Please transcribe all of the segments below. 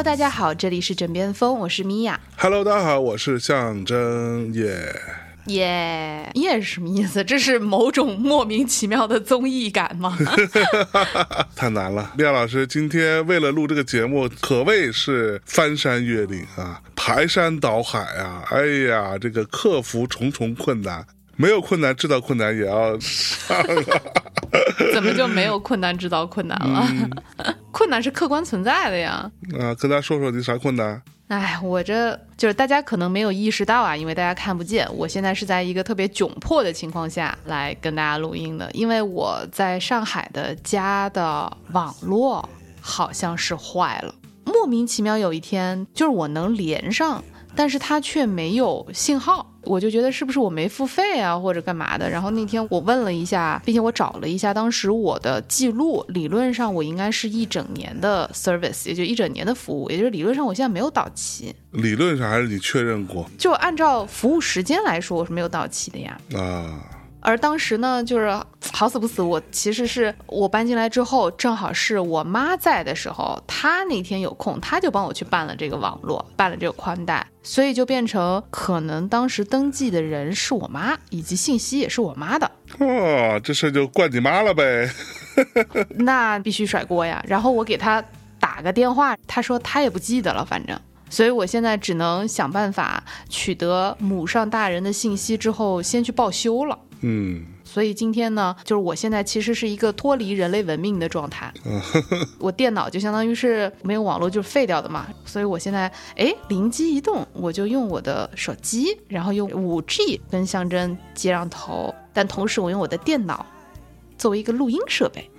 大家好，这里是枕边风，我是米娅。 Hello， 大家好，我是象征耶是什么意思？这是某种莫名其妙的综艺感吗？ 太难了，米娅老师今天为了录这个节目，可谓是翻山越岭啊，排山倒海啊，哎呀，这个克服重重困难，没有困难制造困难也要上啊。 怎么就没有困难制造困难了？困难是客观存在的呀。 跟大家说说你啥困难？ 我这就是大家可能没有意识到啊，因为大家看不见，我现在是在一个特别窘迫的情况下来跟大家录音的，因为我在上海的家的网络好像是坏了，莫名其妙有一天就是我能连上，但是它却没有信号，我就觉得是不是我没付费啊或者干嘛的。然后那天我问了一下，并且我找了一下当时我的记录，理论上我应该是一整年的 service， 也就一整年的服务，也就是理论上我现在没有到期。 理论上还是你确认过？ 就按照服务时间来说我是没有到期的呀。而当时呢，就是好死不死，我其实是我搬进来之后，正好是我妈在的时候，她那天有空，她就帮我去办了这个网络，办了这个宽带，所以就变成可能当时登记的人是我妈，以及信息也是我妈的。 这事就怪你妈了呗。 那必须甩锅呀。然后我给她打个电话，她说她也不记得了，反正。所以我现在只能想办法取得母上大人的信息之后先去报修了。所以今天呢，就是我现在其实是一个脱离人类文明的状态。我电脑就相当于是没有网络就是废掉的嘛，所以我现在灵机一动，我就用我的手机，然后用 5G 跟象征接上头，但同时我用我的电脑作为一个录音设备。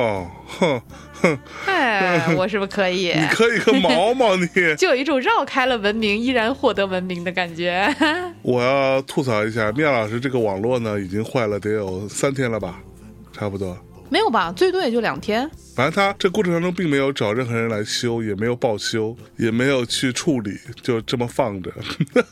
我是不是可以？ 你可以个毛毛你就有一种绕开了文明依然获得文明的感觉。 我要吐槽一下，米娅老师这个网络呢已经坏了得有3天了吧，差不多。 没有吧，最多也就2天。 反正他这过程当中并没有找任何人来修，也没有报修，也没有去处理，就这么放着。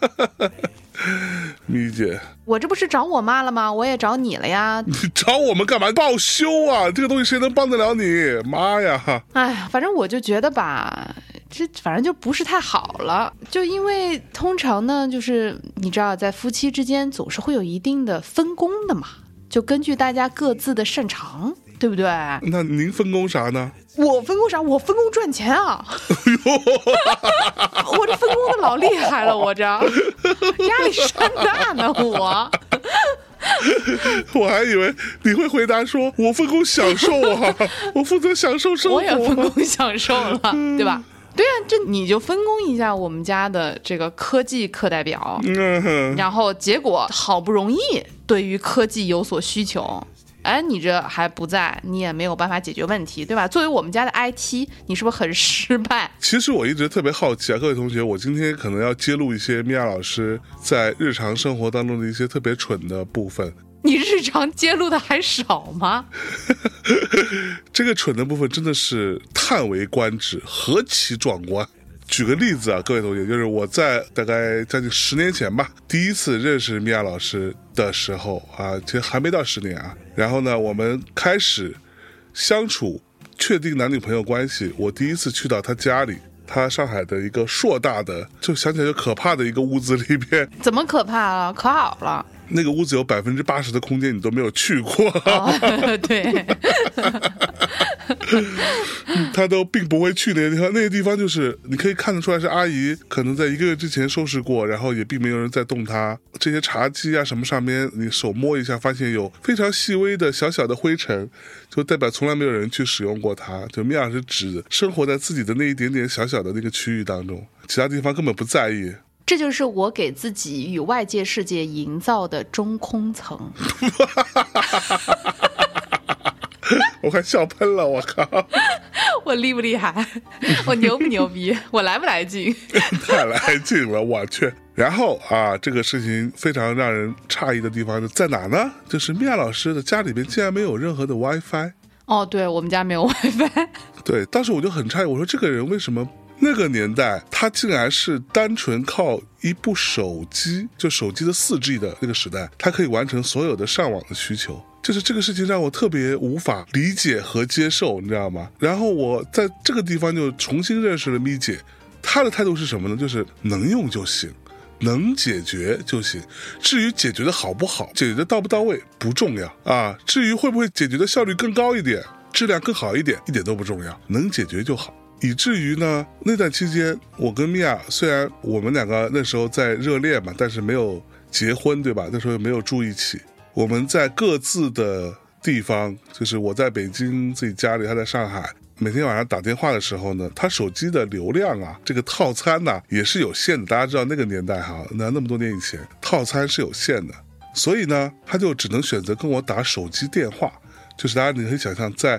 咪姐， 我这不是找我妈了吗？我也找你了呀。 你找我们干嘛？报修啊，这个东西谁能帮得了你？妈呀！ 反正我就觉得吧，这反正就不是太好了。就因为通常呢，就是你知道在夫妻之间总是会有一定的分工的嘛，就根据大家各自的擅长，对不对？ 那您分工啥呢？ 我分工啥？我分工赚钱啊！我这分工的老厉害了，我这压力山大呢， 我还以为你会回答说我分工享受啊，我负责享受生活。 我也分工享受了，对吧？对啊，这你就分工一下我们家的这个科技课代表，然后结果好不容易对于科技有所需求，你这还不在，你也没有办法解决问题，对吧？作为我们家的 IT， 你是不是很失败？ 其实我一直特别好奇啊，各位同学，我今天可能要揭露一些米娅老师在日常生活当中的一些特别蠢的部分。 你日常揭露的还少吗？ 这个蠢的部分真的是叹为观止，何其壮观。举个例子啊，各位同学，就是我在大概将近10年前吧，第一次认识米娅老师的时候啊，其实还没到10年啊。然后呢，我们开始相处，确定男女朋友关系。我第一次去到他家里，他上海的一个硕大的，就想起来就可怕的一个屋子里边。 怎么可怕了？可好了。 那个屋子有80%的空间你都没有去过。 对。 他都并不会去那些地方，那些地方就是你可以看得出来是阿姨可能在1个月之前收拾过，然后也并没有人在动它。这些茶几啊什么上面，你手摸一下发现有非常细微的小小的灰尘，就代表从来没有人去使用过它。就米娅是只生活在自己的那一点点小小的那个区域当中，其他地方根本不在意。 这就是我给自己与外界世界营造的中空层。 我快笑喷了，我靠！ 我厉不厉害？我牛不牛逼？我来不来劲？ 太来劲了，我去！然后这个事情非常让人诧异的地方在哪呢？就是米娅老师的家里边竟然没有任何的 WiFi。 对，我们家没有 WiFi。 对，当时我就很诧异，我说这个人为什么那个年代他竟然是单纯靠一部手机，就手机的4G 的那个时代，他可以完成所有的上网的需求。就是这个事情让我特别无法理解和接受，你知道吗？然后我在这个地方就重新认识了咪姐， 他的态度是什么呢？就是能用就行，能解决就行，至于解决的好不好，解决的到不到位不重要啊，至于会不会解决的效率更高一点，质量更好一点，一点都不重要，能解决就好。以至于呢，那段期间我跟米娅虽然我们两个那时候在热恋嘛，但是没有结婚，对吧？那时候也没有住一起，我们在各自的地方，就是我在北京自己家里，他在上海，每天晚上打电话的时候呢，他手机的流量啊，这个套餐啊也是有限的。大家知道那个年代哈，那么多年以前，套餐是有限的，所以呢，他就只能选择跟我打手机电话。就是大家你可以想象，在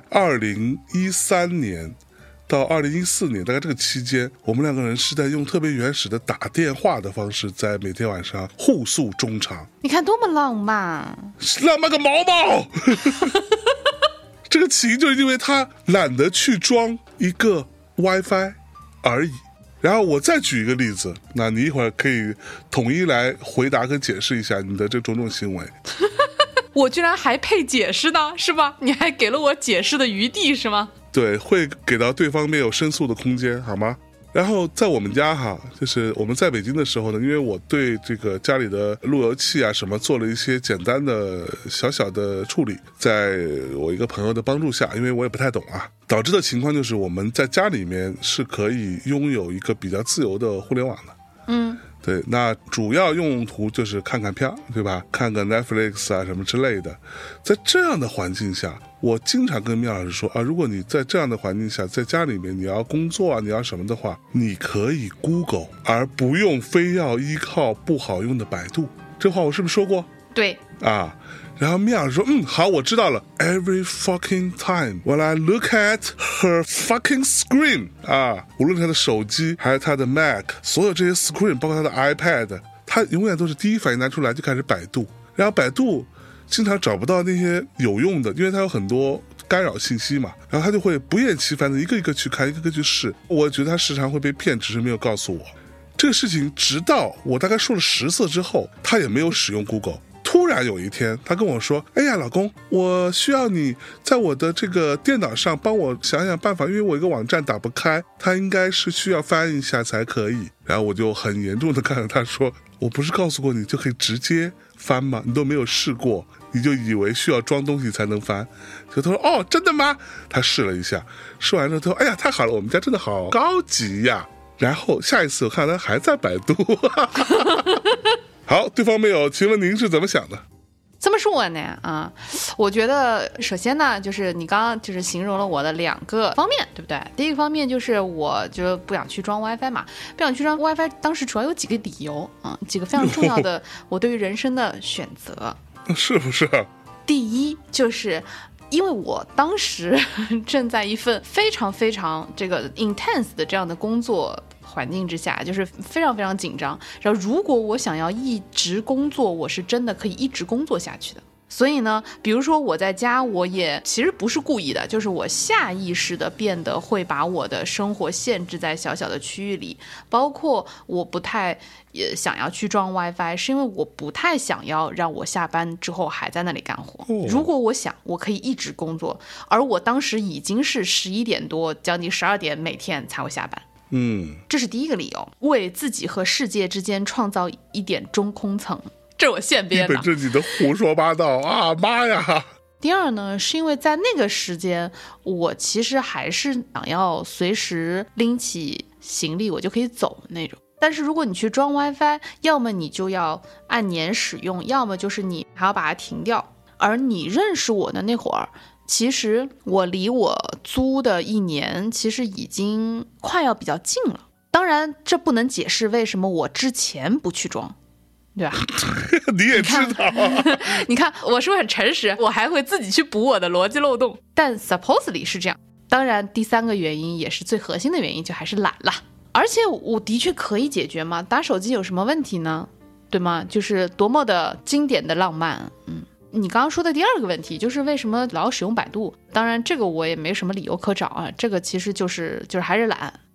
2013年到2014年，大概这个期间，我们两个人是在用特别原始的打电话的方式，在每天晚上互诉衷肠。 你看多么浪漫， 浪漫个毛毛！这个起因就是因为他懒得去装一个 WiFi 而已。然后我再举一个例子，那你一会儿可以统一来回答跟解释一下你的这种种行为。 我居然还配解释呢，是吧？你还给了我解释的余地，是吗？ 对，会给到对方没有申诉的空间，好吗？然后在我们家哈，就是我们在北京的时候呢，因为我对这个家里的路由器啊什么做了一些简单的小小的处理，在我一个朋友的帮助下，因为我也不太懂啊，导致的情况就是我们在家里面是可以拥有一个比较自由的互联网的。对，那主要用途就是看看片，对吧？看个 Netflix 啊什么之类的。在这样的环境下，我经常跟妙老师说啊，如果你在这样的环境下，在家里面你要工作啊，你要什么的话，你可以 Google， 而不用非要依靠不好用的百度。这话我是不是说过？ 对啊。然后米娅说好，我知道了。 Every fucking time when I look at her fucking screen 啊，无论她的手机还是她的 Mac， 所有这些 screen 包括她的 iPad， 她永远都是第一反应拿出来就开始百度。然后百度经常找不到那些有用的，因为它有很多干扰信息嘛，然后她就会不厌其烦的一个一个去看，一个个去试。我觉得她时常会被骗，只是没有告诉我这个事情。直到我大概说了10次之后，她也没有使用 Google。突然有一天他跟我说，哎呀老公，我需要你在我的这个电脑上帮我想想办法，因为我一个网站打不开，它应该是需要翻一下才可以。然后我就很严重的看着他说，我不是告诉过你就可以直接翻吗？你都没有试过，你就以为需要装东西才能翻。就他说哦真的吗？他试了一下，试完之后他说，哎呀太好了，我们家真的好高级呀。然后下一次我看他还在百度。好，对方没有，请问您是怎么想的？ 这么说呢我觉得首先呢，就是你刚刚就是形容了我的2个方面，对不对？第一个方面就是我就不想去装 WiFi 嘛，不想去装 WiFi， 当时主要有几个理由几个非常重要的我对于人生的选择。 是不是啊？ 第一就是因为我当时正在一份非常非常这个 intense 的这样的工作环境之下，就是非常非常紧张，然后如果我想要一直工作，我是真的可以一直工作下去的。所以呢，比如说我在家，我也其实不是故意的，就是我下意识的变得会把我的生活限制在小小的区域里，包括我不太想要去装 WiFi， 是因为我不太想要让我下班之后还在那里干活。如果我想，我可以一直工作，而我当时已经是11点多，将近12点每天才会下班。这是第一个理由，为自己和世界之间创造一点中空层，这我现编的， 一本正经的胡说八道啊！妈呀！ 第二呢，是因为在那个时间，我其实还是想要随时拎起行李我就可以走那种。但是如果你去装 WiFi， 要么你就要按年使用，要么就是你还要把它停掉。而你认识我的那会儿，其实我离我租的1年其实已经快要比较近了。当然这不能解释为什么我之前不去装，对吧？ 你也知道你看我是不是很诚实，我还会自己去补我的逻辑漏洞。但 supposedly 是这样。当然第3个原因也是最核心的原因，就还是懒了。而且我的确可以解决嘛，打手机有什么问题呢？对吗？就是多么的经典的浪漫。你刚刚说的第2个问题就是为什么老使用百度，当然这个我也没什么理由可找啊，这个其实就是还是懒。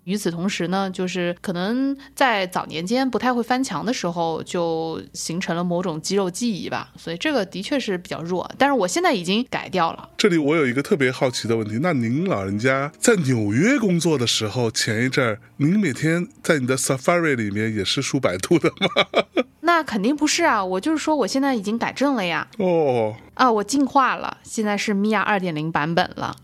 与此同时呢，就是可能在早年间不太会翻墙的时候，就形成了某种肌肉记忆吧，所以这个的确是比较弱。但是我现在已经改掉了。 这里我有一个特别好奇的问题，那您老人家在纽约工作的时候，前一阵儿您每天在你的 Safari 里面也是输百度的吗？ 那肯定不是啊，我就是说我现在已经改正了呀。 哦， 啊，我进化了，现在是 Mia 2.0 版本了。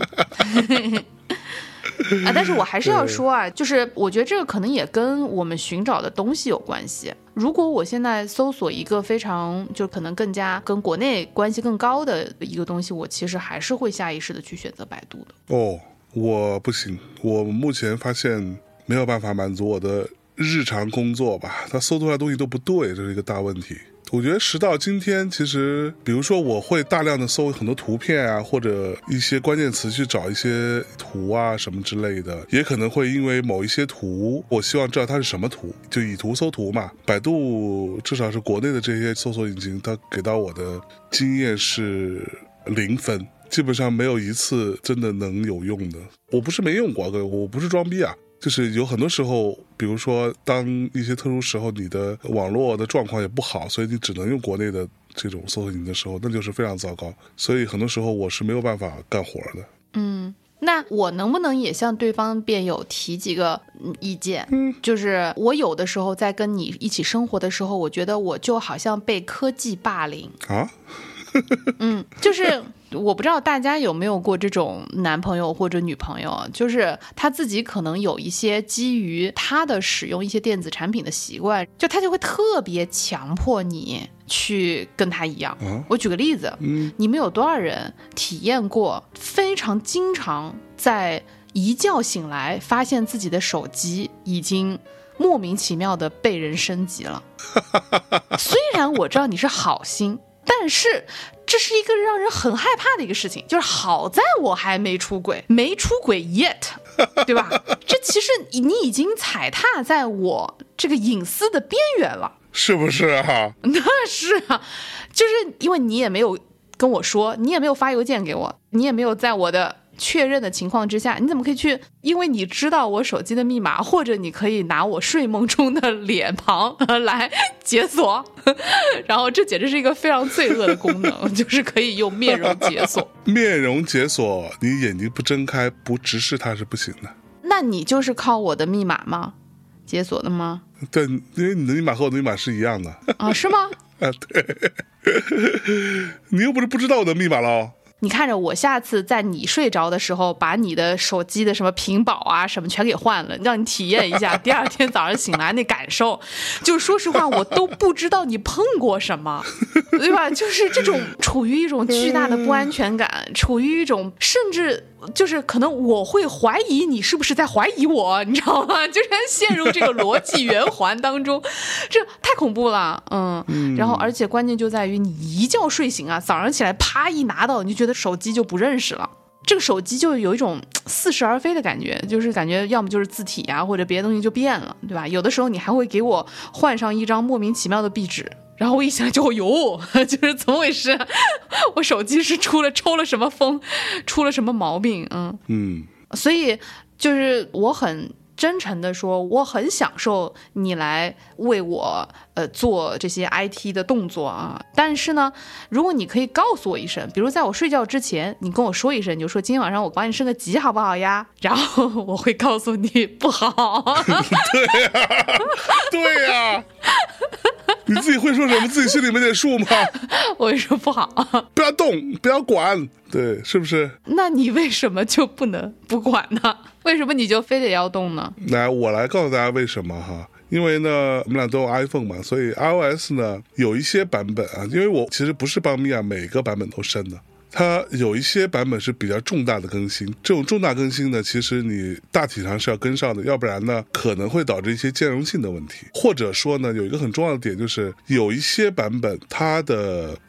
但是我还是要说啊，就是我觉得这个可能也跟我们寻找的东西有关系。如果我现在搜索一个非常就可能更加跟国内关系更高的一个东西，我其实还是会下意识的去选择百度的。 哦，我不行，我目前发现没有办法满足我的日常工作吧，它搜出来的东西都不对，这是一个大问题。我觉得时到今天，其实比如说我会大量的搜很多图片啊，或者一些关键词去找一些图啊什么之类的，也可能会因为某一些图我希望知道它是什么图，就以图搜图嘛。百度至少是国内的这些搜索引擎，它给到我的经验是0分，基本上没有一次真的能有用的。我不是没用过，我不是装逼啊，就是有很多时候，比如说当一些特殊时候你的网络的状况也不好，所以你只能用国内的这种搜索引擎的时候，那就是非常糟糕。所以很多时候我是没有办法干活的。 那我能不能也向对方辩友提几个意见？就是我有的时候在跟你一起生活的时候，我觉得我就好像被科技霸凌啊。 就是我不知道大家有没有过这种男朋友或者女朋友，就是他自己可能有一些基于他的使用一些电子产品的习惯，就他就会特别强迫你去跟他一样。我举个例子，你们有多少人体验过非常经常在一觉醒来发现自己的手机已经莫名其妙的被人升级了？虽然我知道你是好心，但是这是一个让人很害怕的一个事情，就是好在我还没出轨 yet， 对吧？这其实你已经踩踏在我这个隐私的边缘了， 是不是啊？ 那是啊，就是因为你也没有跟我说，你也没有发邮件给我，你也没有在我的确认的情况之下，你怎么可以去因为你知道我手机的密码，或者你可以拿我睡梦中的脸庞来解锁然后这简直是一个非常罪恶的功能，就是可以用面容解锁。 面容解锁你眼睛不睁开不直视它是不行的。 那你就是靠我的密码吗解锁的吗？ 对，因为你的密码和我的密码是一样的啊，是吗？ 啊，对你又不是不知道我的密码了。 你看着我下次在你睡着的时候把你的手机的什么屏保啊什么全给换了，让你体验一下第二天早上醒来那感受。就说实话我都不知道你碰过什么，对吧？就是这种处于一种巨大的不安全感，处于一种甚至就是可能我会怀疑你是不是在怀疑我，你知道吗？就是陷入这个逻辑圆环当中，这太恐怖了。然后而且关键就在于你一觉睡醒啊，早上起来啪一拿到，你就觉得手机就不认识了，这个手机就有一种似是而非的感觉，就是感觉要么就是字体啊或者别的东西就变了，对吧？有的时候你还会给我换上一张莫名其妙的壁纸，然后我一想就哟，就是怎么回事？我手机是抽了什么风，出了什么毛病？所以就是我很真诚的说，我很享受你来为我做这些 IT 的动作啊。但是呢，如果你可以告诉我一声，比如在我睡觉之前，你跟我说一声，你就说今天晚上我帮你升个级好不好呀？然后我会告诉你不好。 对呀，对呀。你自己会说什么？自己心里没点数吗？ 我会说不好， 不要动，不要管，对，是不是？ 那你为什么就不能不管呢？为什么你就非得要动呢？ 来，我来告诉大家为什么哈。因为呢，我们俩都有 iPhone 嘛，所以 iOS 呢有一些版本啊，因为我其实不是帮米娅每个版本都升的。它有一些版本是比较重大的更新，这种重大更新呢，其实你大体上是要跟上的，要不然呢，可能会导致一些兼容性的问题。或者说呢，有一个很重要的点就是，有一些版本它的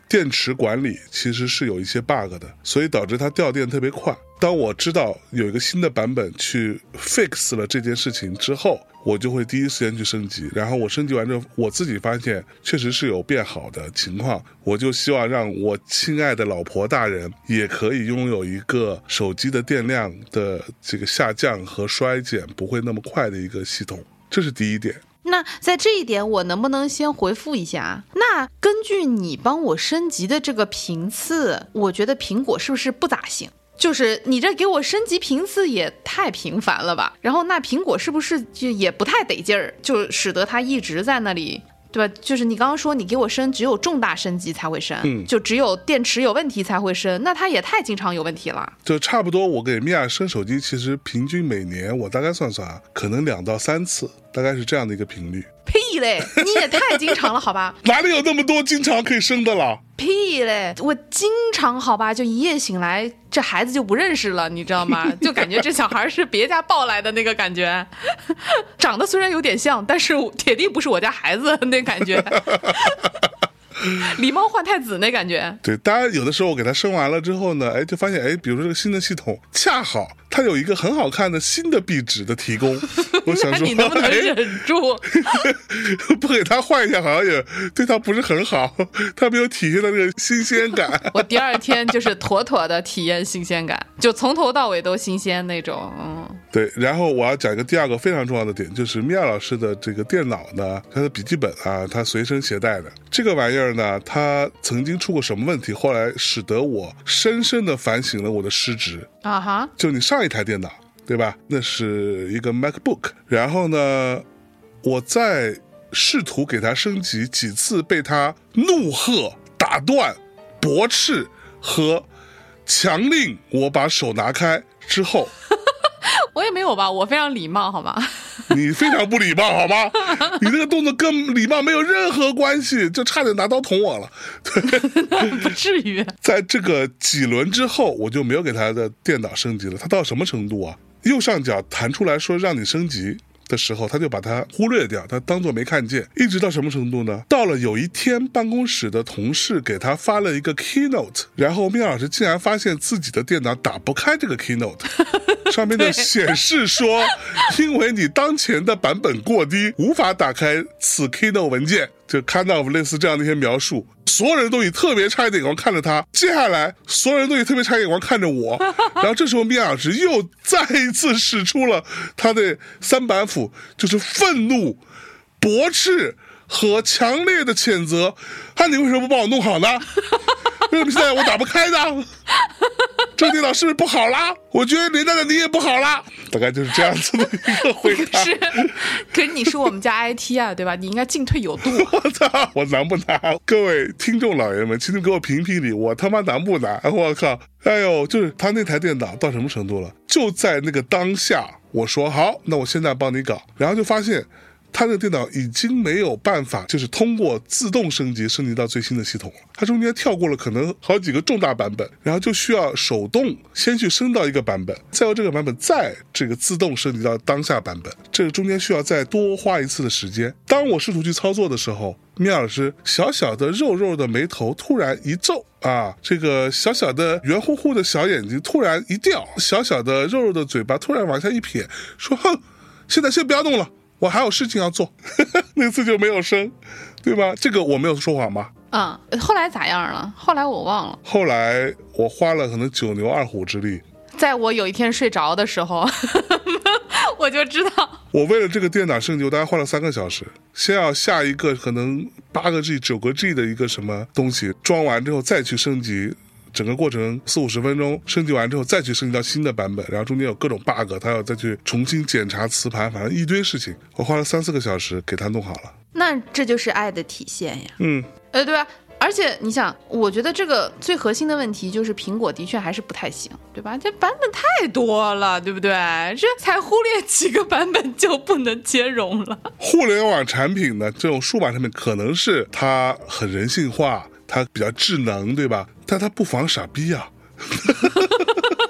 电池管理其实是有一些 bug 的，所以导致它掉电特别快。当我知道有一个新的版本去 fix 了这件事情之后，我就会第一时间去升级，然后我升级完之后，我自己发现确实是有变好的情况，我就希望让我亲爱的老婆大人也可以拥有一个手机的电量的这个下降和衰减不会那么快的一个系统，这是第一点。 那在这一点我能不能先回复一下？那根据你帮我升级的这个频次，我觉得苹果是不是不咋行？就是你这给我升级频次也太频繁了吧，然后那苹果是不是就也不太得劲儿，就使得它一直在那里，对吧？就是你刚刚说你给我升只有重大升级才会升，就只有电池有问题才会升，那它也太经常有问题了。 就差不多我给米娅升手机，其实平均每年我大概算算啊，可能2到3次，大概是这样的一个频率。 屁嘞，你也太经常了好吧？ 哪里有那么多经常可以升的了？ 屁嘞，我经常好吧，就一夜醒来这孩子就不认识了，你知道吗？就感觉这小孩是别家抱来的那个感觉，长得虽然有点像，但是铁定不是我家孩子那感觉。狸猫换太子那感觉。 对，当然有的时候我给他升完了之后呢，就发现比如说这个新的系统恰好它有一个很好看的新的壁纸的提供，我想说你能不能忍住不给他换一下好像也对他不是很好，他没有体现到这个新鲜感。 我第二天就是妥妥的体验新鲜感，就从头到尾都新鲜那种。 对，然后我要讲一个第二个非常重要的点，就是米娅老师的这个电脑呢，他的笔记本啊，他随身携带的这个玩意儿呢，它曾经出过什么问题，后来使得我深深的反省了我的失职啊哈。 就你上一台电脑对吧，那是一个 MacBook， 然后呢我在试图给它升级几次被它怒喝打断驳斥和强令我把手拿开之后我也没有吧，我非常礼貌好吗？ 你非常不礼貌好吗？你这个动作跟礼貌没有任何关系，就差点拿刀捅我了。 不至于。 在这个几轮之后，我就没有给他的电脑升级了。他到什么程度啊？右上角弹出来说让你升级的时候，他就把它忽略掉，他当作没看见。一直到什么程度呢？到了有一天办公室的同事给他发了一个 keynote， 然后米娅老师竟然发现自己的电脑打不开这个 keynote， 上面的显示说因为你当前的版本过低，无法打开此 keynote 文件，就看到类似这样的一些描述。所有人都以特别差异的眼光看着他，接下来所有人都以特别差异的眼光看着我，然后这时候米娅老师又再一次使出了他的3板斧，就是愤怒、驳斥和强烈的谴责。你为什么不帮我弄好呢？为什么现在我打不开呢？这个电脑是不是不好啦？我觉得连带的你也不好啦。大概就是这样子的一个回答。 是，可是你是我们家 IT 啊，对吧？你应该进退有度。 我操，我难不难？各位听众老爷们，请你给我评评理，我他妈难不难？我靠！哎呦，就是他那台电脑到什么程度了？就在那个当下，我说好，那我现在帮你搞，然后就发现他的电脑已经没有办法就是通过自动升级到最新的系统了，他中间跳过了可能好几个重大版本，然后就需要手动先去升到一个版本，再由这个版本再这个自动升级到当下版本，这个中间需要再多花一次的时间。当我试图去操作的时候，米娅老师小小的肉肉的眉头突然一皱啊，这个小小的圆乎乎的小眼睛突然一掉，小小的肉肉的嘴巴突然往下一撇，说哼，现在先不要弄了，我还有事情要做。那次就没有升，对吧？这个我没有说谎吧？ 后来咋样了？后来我忘了。 后来我花了可能9牛2虎之力，在我有一天睡着的时候我就知道， 我为了这个电脑升级我大概花了3个小时，先要下一个可能8个 G 9个 G 的一个什么东西，装完之后再去升级，整个过程40-50分钟，升级完之后再去升级到新的版本，然后中间有各种 bug， 他要再去重新检查磁盘，反正一堆事情，我花了3-4个小时给他弄好了。 那这就是爱的体现呀。对吧？而且你想，我觉得这个最核心的问题就是苹果的确还是不太行，对吧？这版本太多了，对不对？这才忽略几个版本就不能兼容了。 互联网产品呢，这种数码产品可能是它很人性化，它比较智能，对吧？但它不防傻逼啊。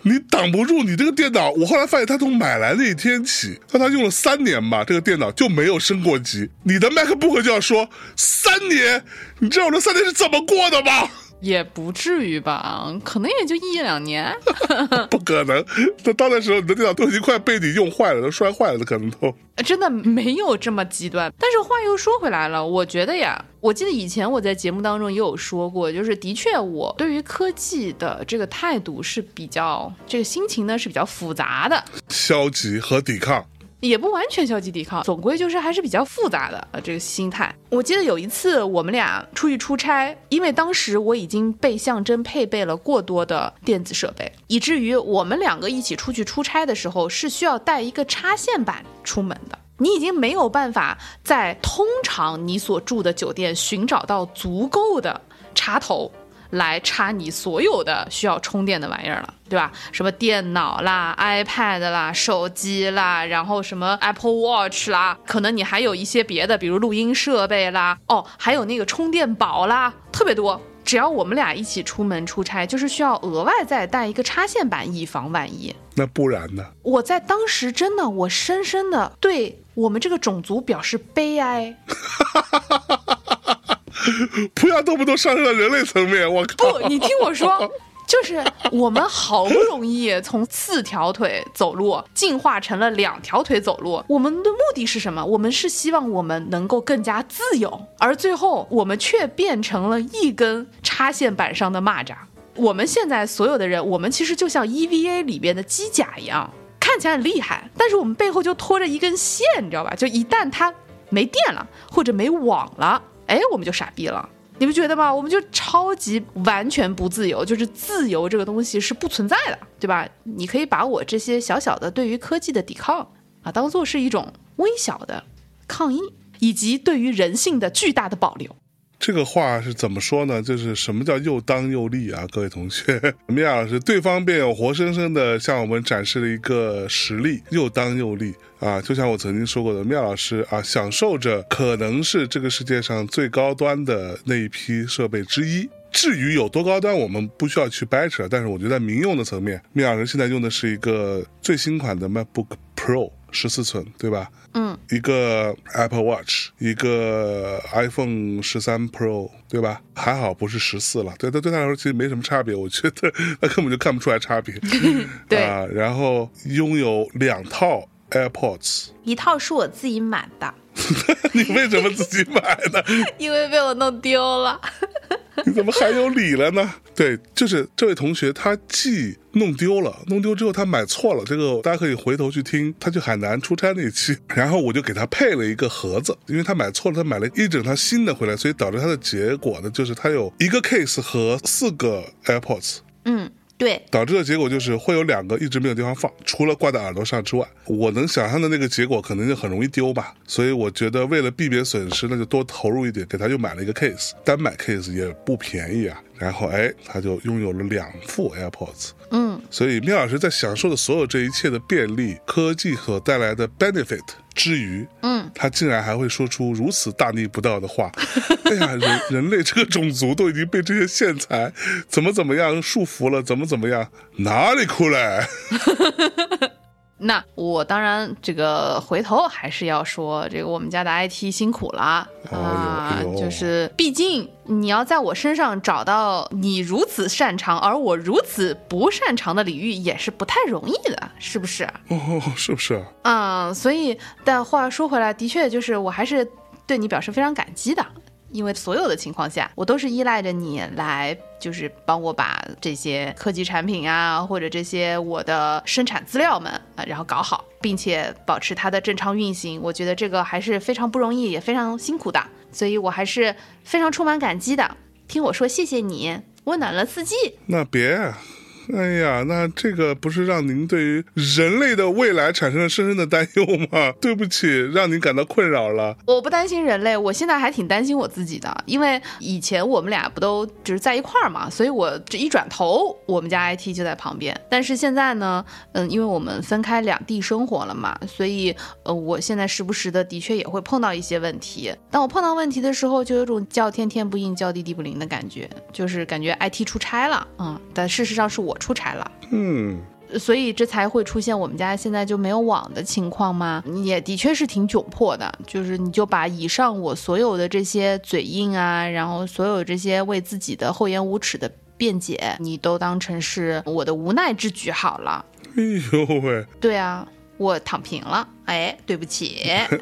你挡不住你这个电脑。我后来发现，他从买来那一天起，让他用了3年吧，这个电脑就没有升过级。你的 MacBook 就要说3年，你知道我这3年是怎么过的吗？ 也不至于吧，可能也就1-2年。 不可能，到那时候你的电脑都已经快被你用坏了，都摔坏了的可能都。 真的没有这么极端。但是话又说回来了，我觉得呀，我记得以前我在节目当中也有说过，就是的确我对于科技的这个态度是比较，这个心情呢是比较复杂的， 消极和抵抗。 也不完全消极抵抗，总归就是还是比较复杂的这个心态。我记得有一次我们俩出去出差，因为当时我已经被象征配备了过多的电子设备，以至于我们2个一起出去出差的时候是需要带一个插线板出门的。你已经没有办法在通常你所住的酒店寻找到足够的插头来插你所有的需要充电的玩意儿了，对吧？什么电脑啦、iPad 啦、手机啦，然后什么 Apple Watch 啦，可能你还有一些别的，比如录音设备啦，还有那个充电宝啦，特别多。只要我们俩一起出门出差，就是需要额外再带一个插线板，以防万一。 那不然呢？ 我在当时真的，我深深的对我们这个种族表示悲哀。 不要动不动上升到人类层面，我靠！ 不，你听我说，就是我们好不容易从4条腿走路进化成了2条腿走路，我们的目的是什么？我们是希望我们能够更加自由，而最后我们却变成了一根插线板上的蚂蚱。我们现在所有的人，我们其实就像 EVA 里边的机甲一样，看起来很厉害，但是我们背后就拖着一根线，你知道吧？就一旦它没电了或者没网了，我们就傻逼了。你不觉得吗？我们就超级完全不自由，就是自由这个东西是不存在的，对吧？你可以把我这些小小的对于科技的抵抗当做是一种微小的抗议，以及对于人性的巨大的保留。 这个话是怎么说呢？就是什么叫又当又立啊，各位同学。米娅老师对方辩友活生生的向我们展示了一个实例，又当又立啊，就像我曾经说过的，米娅老师享受着可能是这个世界上最高端的那一批设备之一。至于有多高端，我们不需要去掰扯，但是我觉得在民用的层面，米娅老师现在用的是一个最新款的 MacBook Pro 14寸，对吧？一个 Apple Watch， 一个 iPhone 13 Pro， 对吧？还好不是14了，对他来说其实没什么差别，我觉得他根本就看不出来差别。 对然后拥有2套 AirPods， 一套是我自己买的。 你为什么自己买呢？ 因为被我弄丢了。 你怎么还有理了呢？对，就是这位同学他既弄丢了，弄丢之后他买错了，这个大家可以回头去听他去海南出差那一期，然后我就给他配了一个盒子，因为他买错了，他买了一整套新的回来，所以导致他的结果呢，就是他有一个 case 和4个 AirPods。 对， 导致的结果就是会有2个一直没有地方放，除了挂在耳朵上之外，我能想象的那个结果可能就很容易丢吧，所以我觉得为了避免损失，那就多投入一点，给他又买了一个 case， 单买 case 也不便宜啊，然后他就拥有了2副 AirPods。所以缪老师在享受的所有这一切的便利科技所带来的 benefit 之余，他竟然还会说出如此大逆不道的话。哎呀，人类这个种族都已经被这些线材怎么样束缚了，怎么样，哪里哭来？ 那我当然这个回头还是要说，这个我们家的 IT 辛苦了就是毕竟你要在我身上找到你如此擅长而我如此不擅长的领域也是不太容易的，是不是？ 是不是？ 所以但话说回来，的确就是我还是对你表示非常感激的，因为所有的情况下我都是依赖着你来就是帮我把这些科技产品或者这些我的生产资料们然后搞好，并且保持它的正常运行，我觉得这个还是非常不容易也非常辛苦的，所以我还是非常充满感激的。听我说谢谢你，温暖了四季。 那别哎呀，那这个不是让您对于人类的未来产生了深深的担忧吗？对不起，让您感到困扰了。 我不担心人类，我现在还挺担心我自己的，因为以前我们俩不都就是在一块儿嘛，所以我这一转头，我们家 IT 就在旁边。但是现在呢，因为我们分开两地生活了嘛，所以我现在时不时的确也会碰到一些问题。当我碰到问题的时候，就有种叫天天不应，叫地地不灵的感觉，就是感觉 IT 出差了，但事实上是我出差了。 所以这才会出现我们家现在就没有网的情况嘛，也的确是挺窘迫的。就是你就把以上我所有的这些嘴硬啊，然后所有这些为自己的厚颜无耻的辩解，你都当成是我的无奈之举好了。 哎呦喂， 对啊，我躺平了，哎，对不起，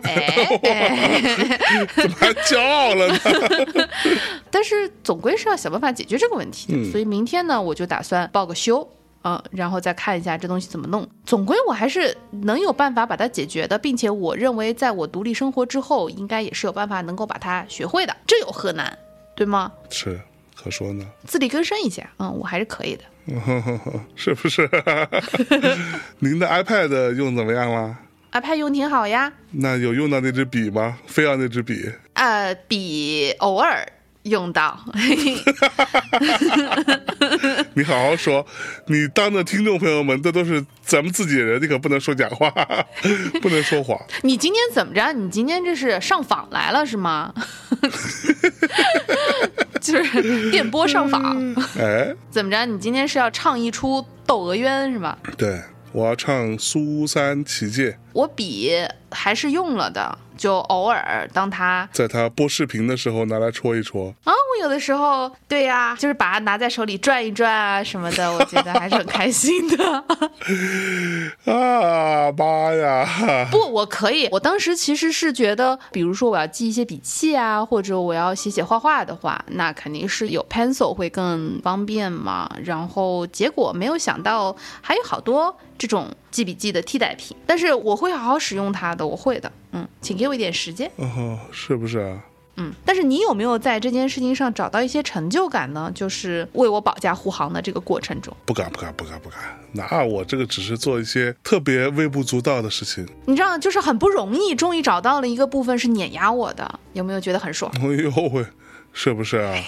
怎么还骄傲了呢？ 但是总归是要想办法解决这个问题的，所以明天呢，我就打算报个休。然后再看一下这东西怎么弄，总归我还是能有办法把它解决的，并且我认为在我独立生活之后，应该也是有办法能够把它学会的，这有何难，对吗？ 是，可说呢。 自力更生一下，我还是可以的。 是不是？您的 iPad 用怎么样了？ iPad 用挺好呀。 那有用到那支笔吗？非要那支笔？ 笔偶尔用到。 你好好说，你当着听众朋友们，这都是咱们自己人，你可不能说假话，不能说谎。 你今天怎么着？你今天这是上访来了是吗？就是电波上访。 哎， 怎么着？你今天是要唱一出《窦娥冤》是吗？ 对，我要唱苏三起解。 我笔还是用了的，就偶尔当他在他播视频的时候拿来戳一戳啊，我有的时候对呀，就是把它拿在手里转一转啊什么的，我觉得还是很开心的。 啊妈呀！ 不，我可以。我当时其实是觉得，比如说我要记一些笔记啊，或者我要写画画的话，那肯定是有 pencil 会更方便嘛。然后结果没有想到还有好多这种记笔记的替代品，但是我会好好使用它的，我会的。请给我一点时间。 是不是啊？ 但是你有没有在这件事情上找到一些成就感呢？就是为我保驾护航的这个过程中。 不敢。那我这个只是做一些特别微不足道的事情。 你知道，就是很不容易，终于找到了一个部分是碾压我的，有没有觉得很爽？ 哎呦喂，是不是啊？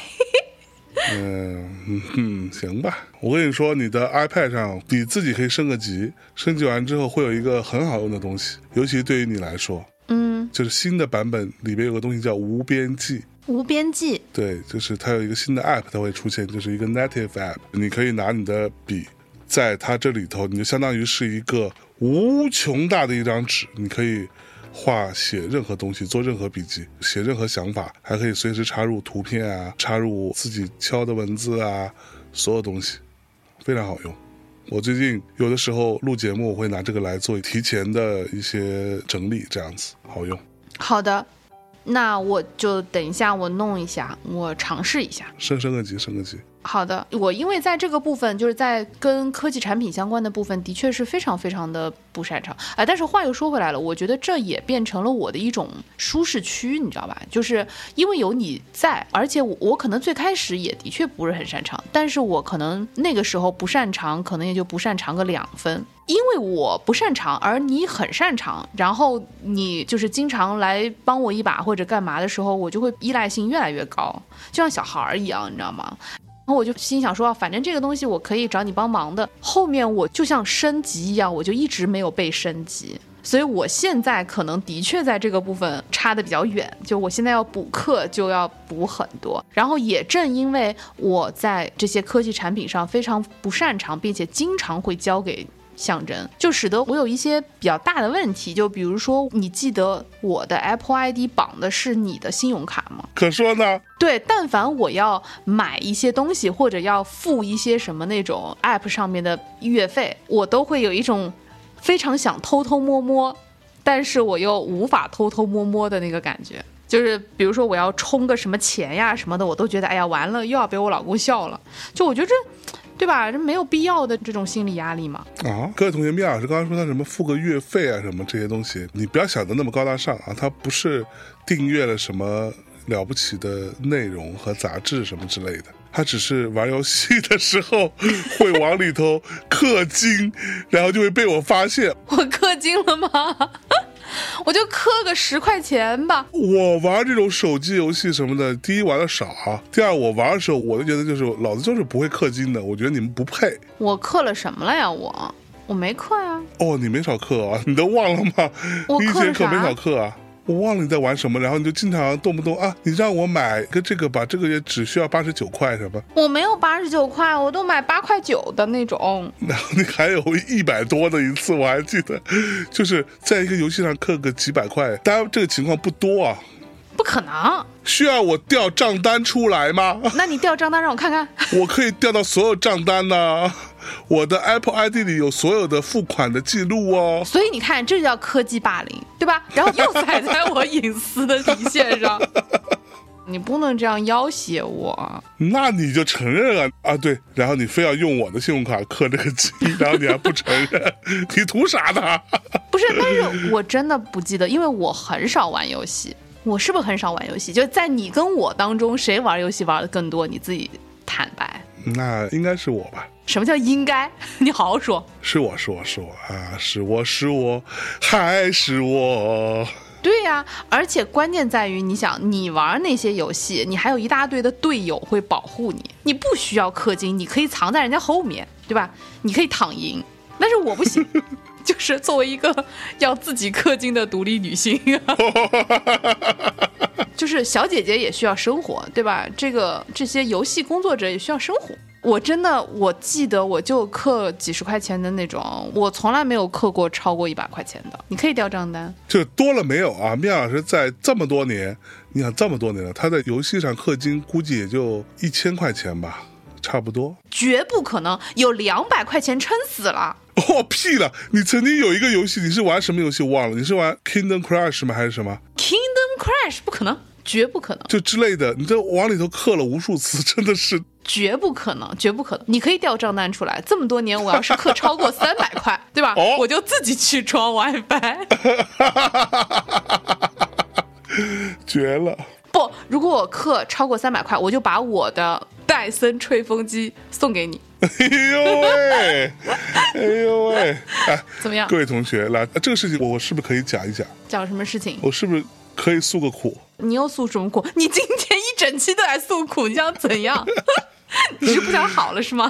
行吧。我跟你说，你的 iPad 上你自己可以升个级，升级完之后会有一个很好用的东西，尤其对于你来说。就是新的版本里边有个东西叫无边记。 无边记， 对，就是它有一个新的 app， 它会出现，就是一个 native app， 你可以拿你的笔在它这里头，你就相当于是一个无穷大的一张纸，你可以写任何东西，做任何笔记，写任何想法，还可以随时插入图片啊，插入自己敲的文字啊，所有东西非常好用。我最近有的时候录节目，我会拿这个来做提前的一些整理，这样子好用。 好的，那我就等一下我弄一下，我尝试一下。升个级。 好的，我因为在这个部分，就是在跟科技产品相关的部分，的确是非常非常的不擅长。但是话又说回来了，我觉得这也变成了我的一种舒适区，你知道吧？就是因为有你在，而且我可能最开始也的确不是很擅长，但是我可能那个时候不擅长，可能也就不擅长个2分。因为我不擅长，而你很擅长，然后你就是经常来帮我一把或者干嘛的时候，我就会依赖性越来越高，就像小孩一样，你知道吗？然后我就心想说，反正这个东西我可以找你帮忙的。后面我就像升级一样，我就一直没有被升级，所以我现在可能的确在这个部分差得比较远，就我现在要补课就要补很多。然后也正因为我在这些科技产品上非常不擅长，并且经常会交给象征，就使得我有一些比较大的问题。就比如说，你记得我的 Apple ID 绑的是你的信用卡吗？ 可说呢。 对，但凡我要买一些东西或者要付一些什么那种 App 上面的月费，我都会有一种非常想偷偷摸摸，但是我又无法偷偷摸摸的那个感觉。就是比如说我要充个什么钱呀什么的，我都觉得哎呀完了又要被我老公笑了。就我觉得对吧？这没有必要的这种心理压力嘛。 各位同学，米老师刚刚说他什么付个月费啊什么这些东西，你不要想的那么高大上啊，他不是订阅了什么了不起的内容和杂志什么之类的，他只是玩游戏的时候会往里头氪金，然后就会被我发现。 我氪金了吗？我就氪个10块钱吧。 我玩这种手机游戏什么的，第一玩的少，第二我玩的时候我就觉得就是老子就是不会氪金的，我觉得你们不配。 我氪了什么了呀？我没氪呀。 你没少氪啊，你都忘了吗？ 我你以前可没少氪啊。 我忘了你在玩什么，然后你就经常动不动啊，你让我买个这个吧，这个也只需要89块什么。 我没有89块，我都买8块9的那种。 然后你还有100多的一次，我还记得，就是在一个游戏上氪个几百块，当然这个情况不多啊。 不可能， 需要我调账单出来吗？ 那你调账单让我看看。 我可以调到所有账单呢，我的 Apple ID 里有所有的付款的记录哦。 所以你看，这就叫科技霸凌，对吧？然后又踩在我隐私的底线上。你不能这样要挟我。 那你就承认啊，对，然后你非要用我的信用卡氪这个机，然后你还不承认，你图啥呢？ 不是，但是我真的不记得，因为我很少玩游戏。我是不是很少玩游戏？就在你跟我当中，谁玩游戏玩的更多？你自己坦白。 那应该是我吧？ 什么叫应该？你好好说。 是我啊，是我，还是我。 对呀，而且关键在于，你想，你玩那些游戏，你还有一大堆的队友会保护你，你不需要氪金，你可以藏在人家后面，对吧？你可以躺赢，但是我不行。就是作为一个要自己氪金的独立女性，就是小姐姐也需要生活，对吧？这些游戏工作者也需要生活。我记得我就氪几十块钱的那种，我从来没有氪过超过100块钱的。你可以调账单， 就多了没有啊？面老师在这么多年，你想这么多年了，他在游戏上氪金估计也就1000块钱吧，差不多。 绝不可能有200块钱撑死了。 屁了！你曾经有一个游戏，你是玩什么游戏我忘了？你是玩 Kingdom Crush 吗？还是什么 Kingdom Crush？ 不可能，绝不可能， 就之类的。你这往里头氪了无数次，真的是绝不可能，绝不可能。你可以调账单出来，这么多年我要是氪超过300块，对吧？我就自己去装 WiFi。 绝了！ 不，如果我氪超过300块，我就把我的戴森吹风机送给你。 哎呦喂，哎呦喂！哎， 怎么样？ 各位同学，来，这个事情我是不是可以讲一讲？ 讲什么事情？ 我是不是可以诉个苦？ 你又诉什么苦？你今天一整期都在诉苦，你想怎样？你是不想好了是吗？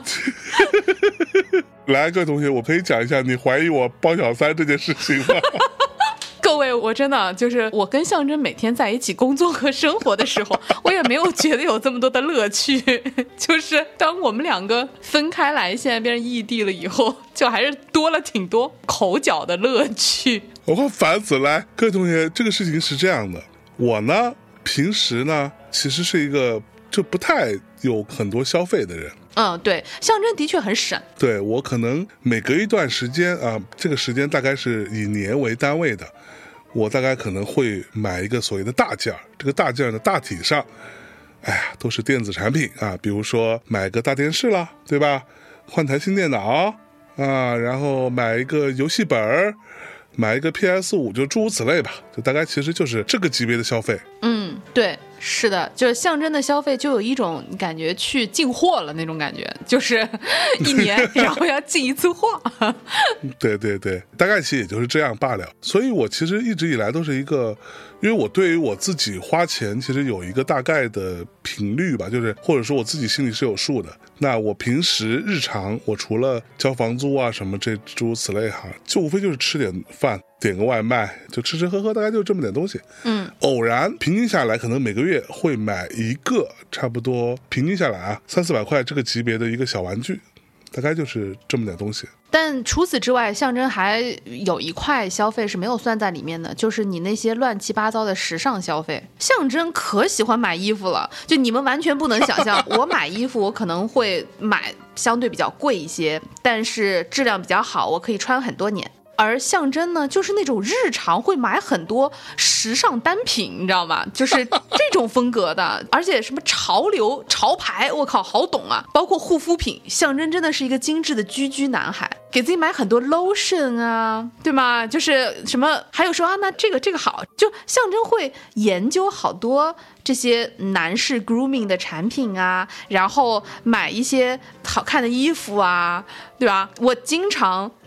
来，各位同学，我可以讲一下你怀疑我包小三这件事情吗？ 各位，我真的就是我跟象征每天在一起工作和生活的时候，我也没有觉得有这么多的乐趣。就是当我们两个分开来，现在变成异地了以后，就还是多了挺多口角的乐趣。 我快烦死了！来，各位同学，这个事情是这样的，我呢，平时呢，其实是一个就不太有很多消费的人。 对，象征的确很省。 对，我可能每隔一段时间啊，这个时间大概是以年为单位的，我大概可能会买一个所谓的大件儿。这个大件呢，大体上，哎呀，都是电子产品啊，比如说买个大电视啦，对吧？换台新电脑啊，然后买一个游戏本儿，买一个 PS5，就诸如此类吧，就大概其实就是这个级别的消费。 对，是的，就是象征的消费就有一种感觉去进货了那种感觉，就是一年然后要进一次货。 对对对，大概其实也就是这样罢了。所以我其实一直以来都是一个，因为我对于我自己花钱其实有一个大概的频率吧，就是或者说我自己心里是有数的。那我平时日常我除了交房租啊什么这诸如此类哈，就无非就是吃点饭，点个外卖，就吃吃喝喝，大概就这么点东西。偶然平均下来可能每个月会买一个差不多平均下来啊300-400块这个级别的一个小玩具，大概就是这么点东西。 但除此之外，象征还有一块消费是没有算在里面的，就是你那些乱七八糟的时尚消费。象征可喜欢买衣服了，就你们完全不能想象，我买衣服我可能会买相对比较贵一些，但是质量比较好，我可以穿很多年。而象征呢，就是那种日常会买很多时尚单品，你知道吗？就是这种风格的，而且什么潮流潮牌，我靠，好懂啊！包括护肤品，象征真的是一个精致的居居男孩，给自己买很多 lotion 啊，对吗？就是什么，还有说啊，那这个好，就象征会研究好多这些男士 grooming 的产品啊，然后买一些好看的衣服啊，对吧？我经常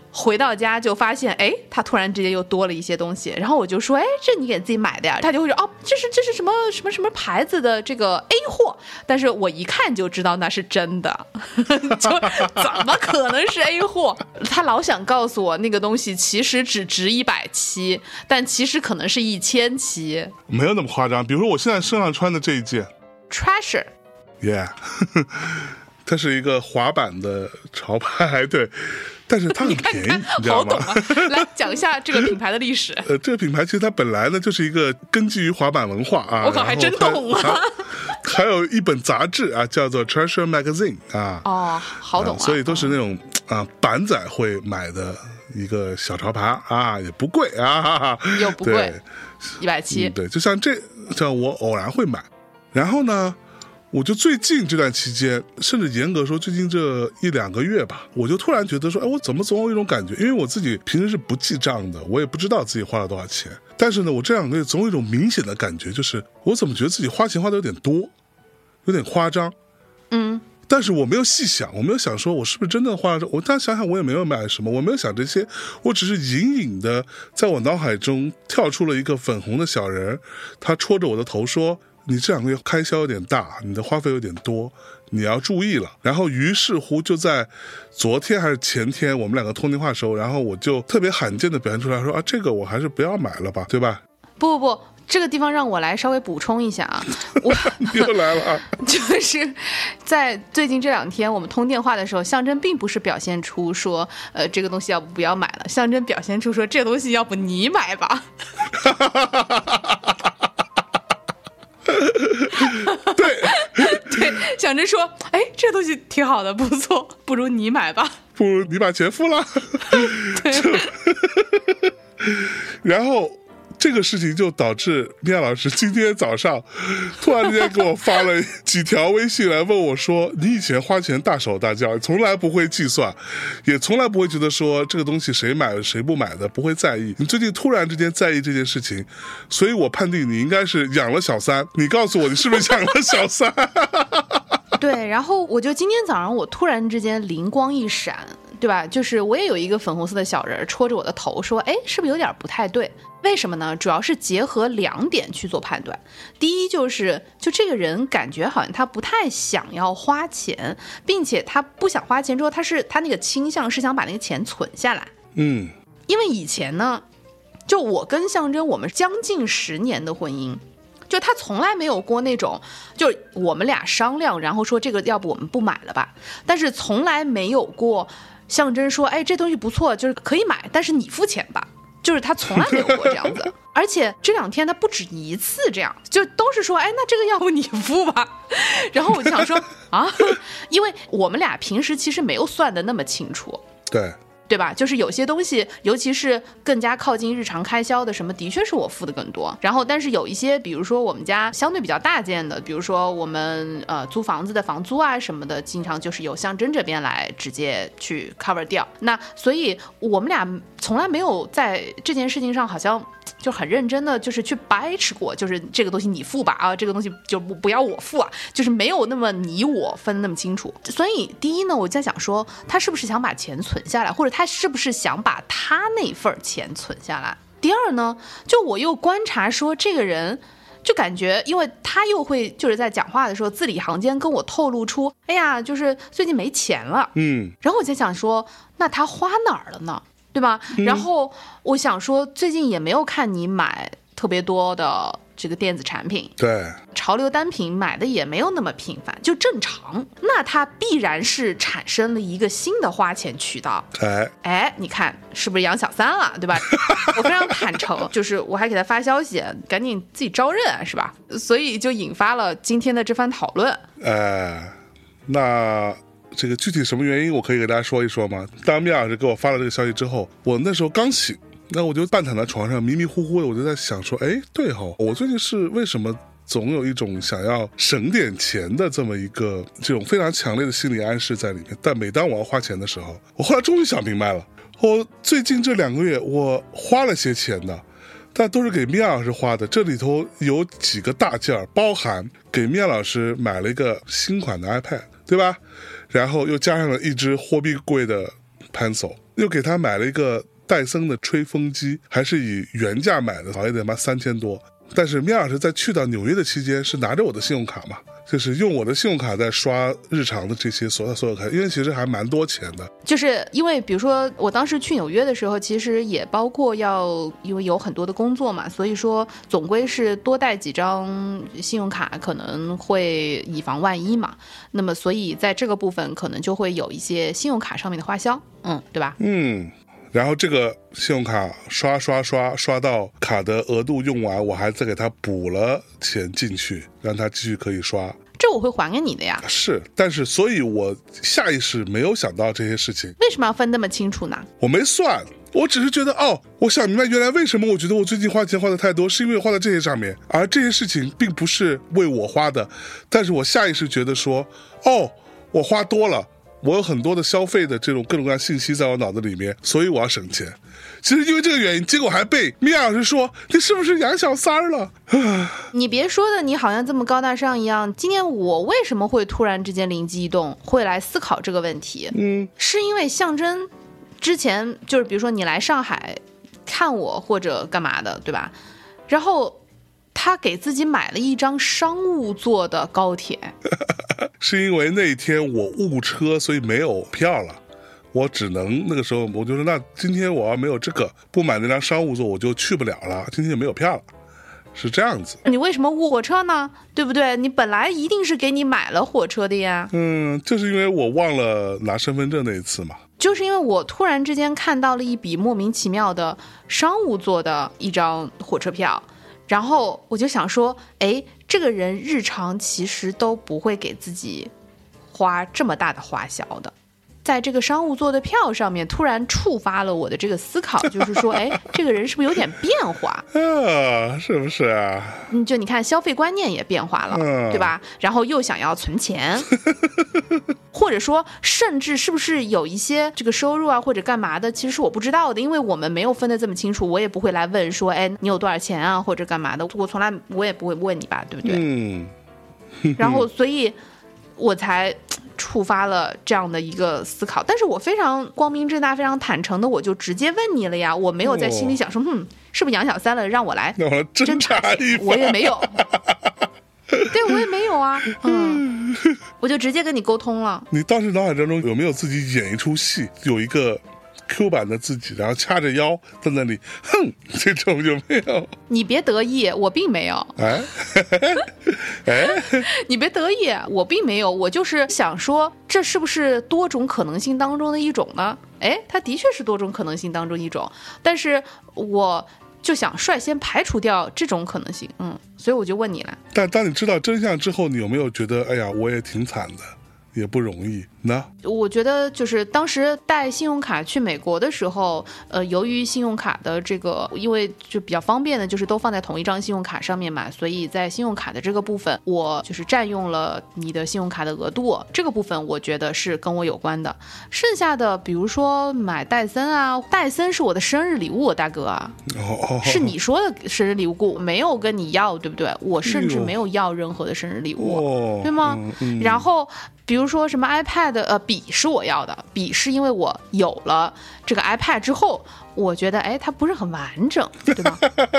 回到家就发现，哎，他突然之间又多了一些东西，然后我就说，哎，这你给自己买的呀？他就会说，哦，这是什么牌子的这个 A 货，但是我一看就知道那是真的，就怎么可能是 A 货？他老想告诉我那个东西其实只值170，但其实可能是1700， 没有那么夸张。比如说我现在身上穿的这一件 Treasure， Yeah 它是一个滑板的潮牌，对，但是它很便宜，你知道吗？ 好懂啊！来讲一下这个品牌的历史。 这个品牌其实它本来呢就是一个根基于滑板文化啊。 我靠，还真懂啊！ 还有一本杂志啊，叫做 Treasure Magazine 啊。 哦，好懂啊！ 所以都是那种板仔会买的一个小潮牌啊，也不贵啊， 又不贵，170。 对，就像我偶然会买，然后呢。我就最近这段期间，甚至严格说最近这1-2个月吧，我就突然觉得说，哎，我怎么总有一种感觉，因为我自己平时是不记账的，我也不知道自己花了多少钱，但是呢，我这2个月总有一种明显的感觉，就是我怎么觉得自己花钱花的有点多，有点夸张，但是我没有细想，我没有想说我是不是真的花了，我但想想我也没有买什么，我没有想这些，我只是隐隐的在我脑海中跳出了一个粉红的小人，他戳着我的头说，你这2个月开销有点大，你的花费有点多，你要注意了。然后于是乎就在昨天还是前天我们2个通电话的时候，然后我就特别罕见的表现出来说，这个我还是不要买了吧，对吧？ 不，这个地方让我来稍微补充一下啊， 你又来了啊！ 就是在最近这2天我们通电话的时候，象征并不是表现出说这个东西要不要买了，象征表现出说这个东西要不你买吧。对，象征说，哎，这东西挺好的，不错，不如你买吧， 不如你把钱付了。对，然后这个事情就导致米娅老师今天早上突然之间给我发了几条微信来问我说，你以前花钱大手大脚，从来不会计算，也从来不会觉得说这个东西谁买谁不买的，不会在意，你最近突然之间在意这件事情，所以我判定你应该是养了小三，你告诉我你是不是养了小三？ 对，然后我就今天早上我突然之间灵光一闪，对吧，就是我也有一个粉红色的小人戳着我的头说，哎，是不是有点不太对？为什么呢？主要是结合2点去做判断。第一就这个人感觉好像他不太想要花钱，并且他不想花钱之后，他那个倾向是想把那个钱存下来。因为以前呢，就我跟象征我们将近10年的婚姻，就他从来没有过那种，就我们俩商量，然后说这个要不我们不买了吧，但是从来没有过象征说，哎，这东西不错，就是可以买，但是你付钱吧。就是他从来没有过这样子，而且这2天他不止一次这样，就都是说，哎，那这个要不你付吧。然后我就想说啊，因为我们俩平时其实没有算的那么清楚，对吧？就是有些东西，尤其是更加靠近日常开销的什么，的确是我付的更多。然后，但是有一些，比如说我们家相对比较大件的，比如说我们租房子的房租啊什么的，经常就是由象征这边来直接去 cover 掉。那所以我们俩从来没有在这件事情上好像就很认真的就是去掰扯过，就是这个东西你付吧啊，这个东西就不要我付啊，就是没有那么你我分那么清楚。所以第一呢，我在想说他是不是想把钱存下来，或者他是不是想把他那份钱存下来。第二呢，就我又观察说这个人就感觉，因为他又会就是在讲话的时候字里行间跟我透露出，哎呀，就是最近没钱了，然后我在想说，那他花哪儿了呢？对吧？然后我想说，最近也没有看你买特别多的这个电子产品， 对， 潮流单品买的也没有那么频繁，就正常。那它必然是产生了一个新的花钱渠道。哎，你看是不是养小三了，对吧？我非常坦诚，就是我还给他发消息，赶紧自己招认，是吧？所以就引发了今天的这番讨论。 那这个具体什么原因我可以给大家说一说吗？当米娅老师给我发了这个消息之后，我那时候刚醒，那我就半躺在床上迷迷糊糊的，我就在想说，哎，对吼，我最近是为什么总有一种想要省点钱的这么一个这种非常强烈的心理暗示在里面，但每当我要花钱的时候，我后来终于想明白了，我最近这2个月我花了些钱的，但都是给米娅老师花的，这里头有几个大件，包含给米娅老师买了一个新款的 iPad， 对吧？然后又加上了一支货币贵的 pencil， 又给他买了一个戴森的吹风机，还是以原价买的，好一点吧，3000多。但是米娅老师在去到纽约的期间是拿着我的信用卡嘛，就是用我的信用卡在刷日常的这些所有卡，因为其实还蛮多钱的。 就是因为比如说我当时去纽约的时候，其实也包括因为有很多的工作嘛，所以说总归是多带几张信用卡，可能会以防万一嘛。那么所以在这个部分可能就会有一些信用卡上面的花销，对吧？ 然后这个信用卡刷到卡的额度用完，我还再给他补了钱进去，让他继续可以刷。 这我会还给你的呀。 是，但是所以我下意识没有想到这些事情。 为什么要分那么清楚呢？ 我没算，我只是觉得我想明白原来为什么我觉得我最近花钱花的太多，是因为花在这些上面，而这些事情并不是为我花的，但是我下意识觉得说我花多了，我有很多的消费的这种各种各样信息在我脑子里面，所以我要省钱。其实因为这个原因，结果还被米娅老师说你是不是养小三儿了？ 你别说的，你好像这么高大上一样。今天我为什么会突然之间灵机一动，会来思考这个问题？是因为象征之前就是比如说你来上海看我或者干嘛的，对吧？然后他给自己买了一张商务座的高铁。 是因为那一天我误车，所以没有票了，我只能那个时候我就说，那今天我要没有这个不买那张商务座，我就去不了了，今天就没有票了，是这样子。 你为什么误火车呢？对不对？你本来一定是给你买了火车的呀。 就是因为我忘了拿身份证那一次嘛。 就是因为我突然之间看到了一笔莫名其妙的商务座的一张火车票，然后我就想说，这个人日常其实都不会给自己花这么大的花销的。在这个商务座的票上面突然触发了我的这个思考，就是说这个人是不是有点变化是不是啊？ 就你看消费观念也变化了，对吧？然后又想要存钱或者说甚至是不是有一些这个收入啊或者干嘛的，其实是我不知道的，因为我们没有分得这么清楚，我也不会来问说你有多少钱啊或者干嘛的，我也不会问你吧，对不对？然后所以我才触发了这样的一个思考，但是我非常光明正大非常坦诚的我就直接问你了呀，我没有在心里想说是不是养小三了让我来侦查一番，我也没有对，我也没有啊我就直接跟你沟通了。 你当时脑海当中有没有自己演一出戏，有一个 Q 版的自己，然后掐着腰在那里这种有没有？ 你别得意，我并没有你别得意，我并没有，我就是想说这是不是多种可能性当中的一种呢？它的确是多种可能性当中一种，但是我就想率先排除掉这种可能性所以我就问你了。 但当你知道真相之后，你有没有觉得我也挺惨的，也不容易呢？ 我觉得就是当时带信用卡去美国的时候，由于信用卡的这个，因为就比较方便的，就是都放在同一张信用卡上面嘛，所以在信用卡的这个部分，我就是占用了你的信用卡的额度，这个部分我觉得是跟我有关的。剩下的，比如说买戴森啊，戴森是我的生日礼物，大哥啊，是你说的生日礼物，我没有跟你要，对不对？我甚至没有要任何的生日礼物，对吗？然后比如说什么 iPad 笔是我要的，笔是因为我有了这个 iPad 之后，我觉得它不是很完整，对吗？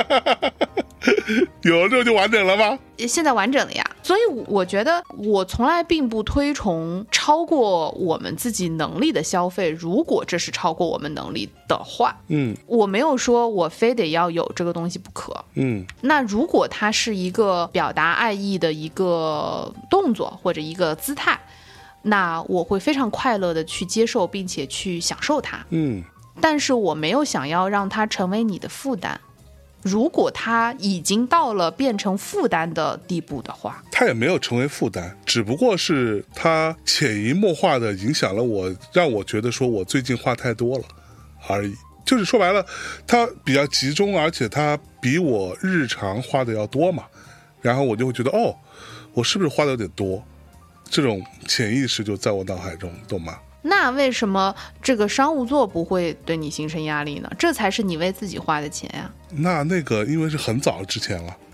有了之后就完整了吗？ 现在完整了呀。所以我觉得我从来并不推崇超过我们自己能力的消费，如果这是超过我们能力的话，我没有说我非得要有这个东西不可，那如果它是一个表达爱意的一个动作或者一个姿态，那我会非常快乐的去接受并且去享受它，但是我没有想要让它成为你的负担。如果它已经到了变成负担的地步的话， 它也没有成为负担，只不过是它潜移默化的影响了我，让我觉得说我最近花太多了而已。就是说白了，它比较集中，而且它比我日常花的要多嘛，然后我就会觉得我是不是花的有点多，这种潜意识就在我脑海中，懂吗？ 那为什么这个商务座不会对你形成压力呢？这才是你为自己花的钱呀。 那个因为是很早之前了，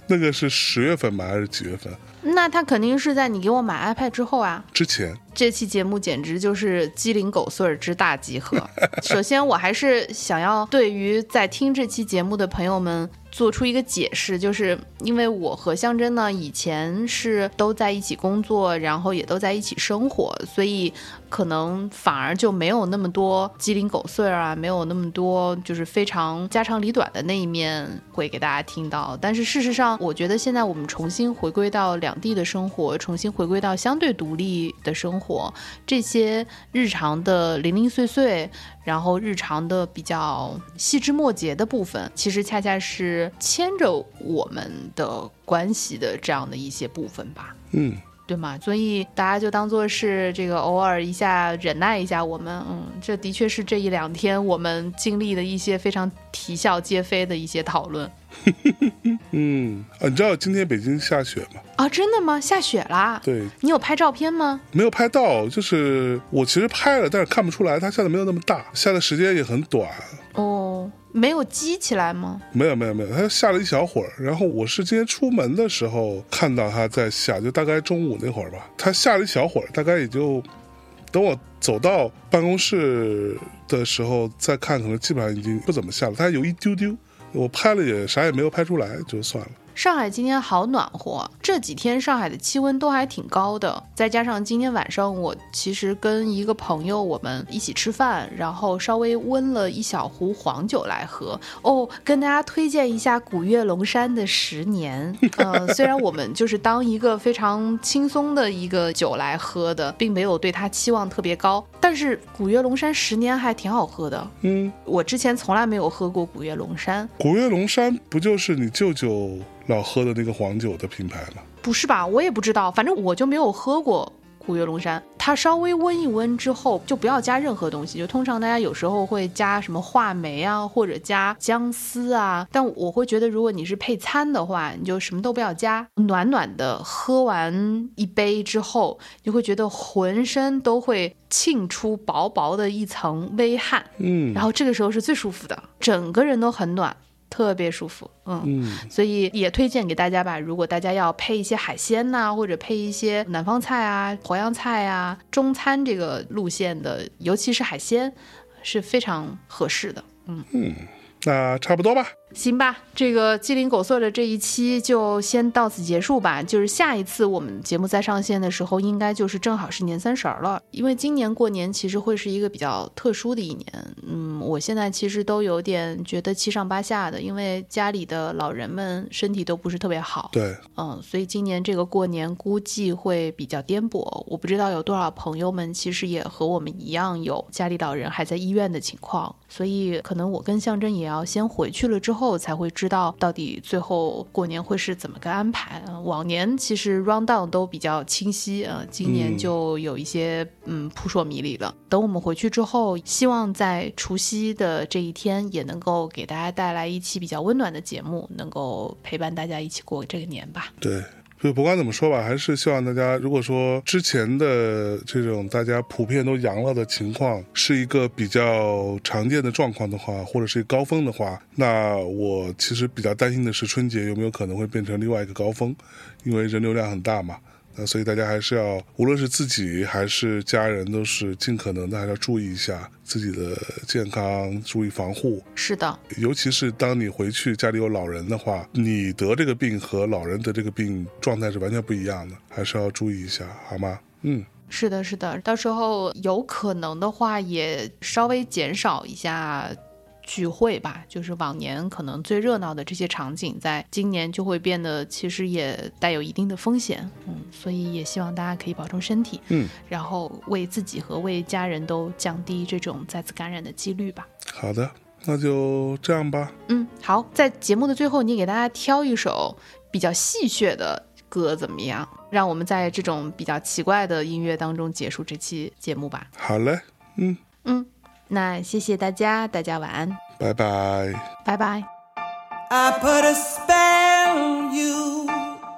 那个是10月份吗？还是几月份？ 那他肯定是在你给我买 iPad 之后啊。 之前。 这期节目简直就是鸡零狗碎之大集合。首先，我还是想要对于在听这期节目的朋友们做出一个解释，就是因为我和象征呢以前是都在一起工作，然后也都在一起生活，所以可能反而就没有那么多鸡零狗碎啊，没有那么多就是非常家长里短的那一面会给大家听到。但是事实上，我觉得现在我们重新回归到两地的生活，重新回归到相对独立的生活，这些日常的零零碎碎，然后日常的比较细枝末节的部分，其实恰恰是牵着我们的关系的这样的一些部分吧。对吗？所以大家就当做是这个偶尔一下忍耐一下我们，这的确是这一两天我们经历的一些非常啼笑皆非的一些讨论。 你知道今天北京下雪吗？ 啊，真的吗？下雪啦？ 对。 你有拍照片吗？ 没有拍到，就是我其实拍了，但是看不出来，它下的没有那么大，下的时间也很短。 哦，没有积起来吗？没有， 它下了一小会儿，然后我是今天出门的时候看到它在下，就大概中午那会儿吧，它下了一小会儿，大概也就等我走到办公室的时候再看，可能基本上已经不怎么下了，它有一丢丢，我拍了也啥也没有拍出来，就算了。 上海今天好暖和，这几天上海的气温都还挺高的，再加上今天晚上我其实跟一个朋友我们一起吃饭，然后稍微温了一小壶黄酒来喝。跟大家推荐一下古越龙山的10年。虽然我们就是当一个非常轻松的一个酒来喝的，并没有对它期望特别高，但是古越龙山10年还挺好喝的。我之前从来没有喝过古越龙山。 古越龙山不就是你舅舅老喝的那个黄酒的品牌吗？ 不是吧，我也不知道，反正我就没有喝过古越龙山。它稍微温一温之后就不要加任何东西，就通常大家有时候会加什么话梅啊，或者加姜丝啊，但我会觉得如果你是配餐的话，你就什么都不要加，暖暖的喝完一杯之后，你会觉得浑身都会沁出薄薄的一层微汗，然后这个时候是最舒服的，整个人都很暖，特别舒服。所以也推荐给大家吧，如果大家要配一些海鲜呐，或者配一些南方菜啊、淮扬菜啊，中餐这个路线的，尤其是海鲜是非常合适的。 那差不多吧。 行吧，这个鸡零狗碎的这一期就先到此结束吧。就是下一次我们节目再上线的时候，应该就是正好是年30了。因为今年过年其实会是一个比较特殊的一年。我现在其实都有点觉得七上八下的，因为家里的老人们身体都不是特别好。 对， 所以今年这个过年估计会比较颠簸。我不知道有多少朋友们其实也和我们一样有家里老人还在医院的情况，所以可能我跟象征也要先回去了之后才会知道到底最后过年会是怎么个安排。往年其实 round down 都比较清晰，今年就有一些扑朔迷离了。等我们回去之后，希望在除夕的这一天也能够给大家带来一期比较温暖的节目，能够陪伴大家一起过这个年吧。 对，就不管怎么说吧，还是希望大家，如果说之前的这种大家普遍都阳了的情况是一个比较常见的状况的话，或者是一个高峰的话，那我其实比较担心的是春节有没有可能会变成另外一个高峰，因为人流量很大嘛。所以大家还是要，无论是自己还是家人，都是尽可能的还是要注意一下自己的健康，注意防护。是的，尤其是当你回去家里有老人的话，你得这个病和老人得这个病状态是完全不一样的，还是要注意一下，好吗？是的，是的，到时候有可能的话也稍微减少一下聚会吧，就是往年可能最热闹的这些场景，在今年就会变得其实也带有一定的风险。所以也希望大家可以保重身体，然后为自己和为家人都降低这种再次感染的几率吧。好的，那就这样吧。好，在节目的最后，你给大家挑一首比较戏谑的歌怎么样？让我们在这种比较奇怪的音乐当中结束这期节目吧。好嘞，那谢谢大家，大家晚安，拜拜，拜拜。I put a spell on you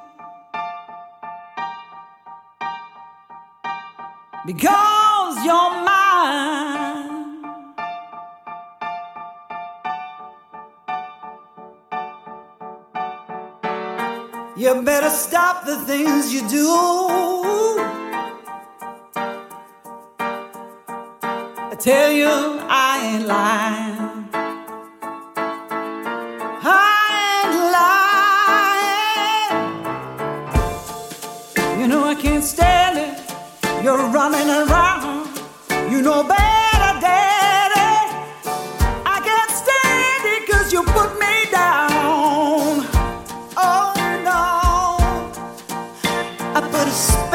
because you're mine. You better stop the things you do. I tell you, I ain't lying. I ain't lying. You know I can't stand it. You're running around. You know better, Daddy. I can't stand it 'cause you put me down. Oh no, I put a